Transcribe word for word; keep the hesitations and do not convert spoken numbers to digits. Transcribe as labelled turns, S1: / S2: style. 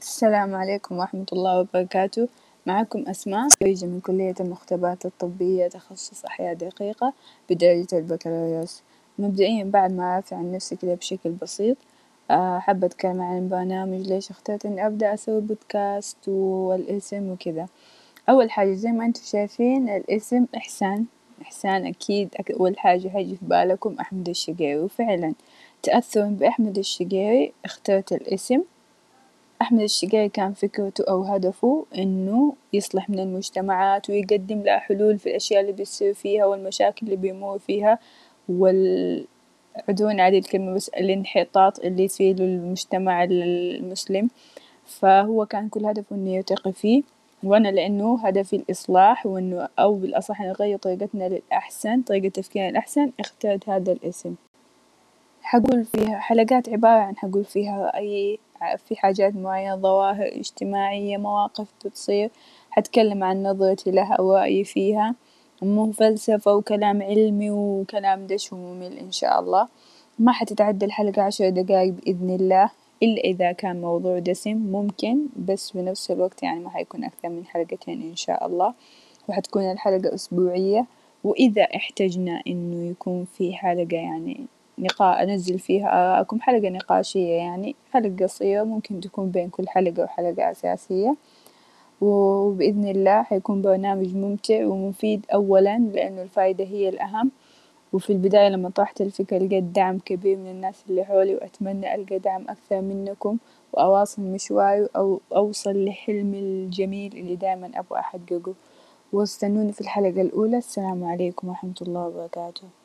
S1: السلام عليكم ورحمة الله وبركاته. معكم أسماء، خريجة من كلية المختبرات الطبية، تخصص أحياء دقيقة بدرجة البكالوريوس. مبدئيا بعد ما أعرف عن نفسي كده بشكل بسيط، حابة أتكلم عن البرنامج ليش اخترت إني أبدأ أسوي بودكاست والاسم وكذا. أول حاجة زي ما انتم شايفين الاسم إحسان، إحسان أكيد أول حاجة هيجي في بالكم أحمد الشقيري، وفعلا تأثرا بأحمد الشقيري اخترت الاسم. أحمد الشقيري كان فكرته أو هدفه إنه يصلح من المجتمعات ويقدم لها حلول في الأشياء اللي بتصير فيها والمشاكل اللي بيمر فيها، وال اعذروني على الكلمة بس الانحطاط اللي يصير للمجتمع المسلم. فهو كان كل هدفه إنه يرتقي فيه، وأنا لأنه هدفي الإصلاح وإنه أو بالأصح نغير طريقتنا للأحسن، طريقة تفكيرنا الأحسن، اخترت هذا الاسم. حقول فيها حلقات عبارة عن حقول فيها أي في حاجات معينة، ظواهر اجتماعية، مواقف بتصير، حتكلم عن نظرتي لها ورأيي فيها، مو فلسفة وكلام علمي وكلام دش وممل إن شاء الله. ما حتتعدى الحلقة عشر دقايق بإذن الله، إلا إذا كان موضوع دسم ممكن، بس بنفس الوقت يعني ما حيكون أكثر من حلقتين إن شاء الله. وحتكون الحلقة أسبوعية، وإذا احتجنا إنه يكون في حلقة يعني نقا أنزل فيها آراءكم، حلقة نقاشية يعني حلقة قصيرة ممكن تكون بين كل حلقة وحلقة أساسية. وبإذن الله حيكون برنامج ممتع ومفيد، أولا لأنه الفايدة هي الأهم. وفي البداية لما طرحت الفكرة لقيت دعم كبير من الناس اللي حولي، وأتمنى ألقى دعم أكثر منكم وأواصل مشواري أو أوصل لحلمي الجميل اللي دايما أبغى أحققه. واستنوني في الحلقة الأولى. السلام عليكم ورحمة الله وبركاته.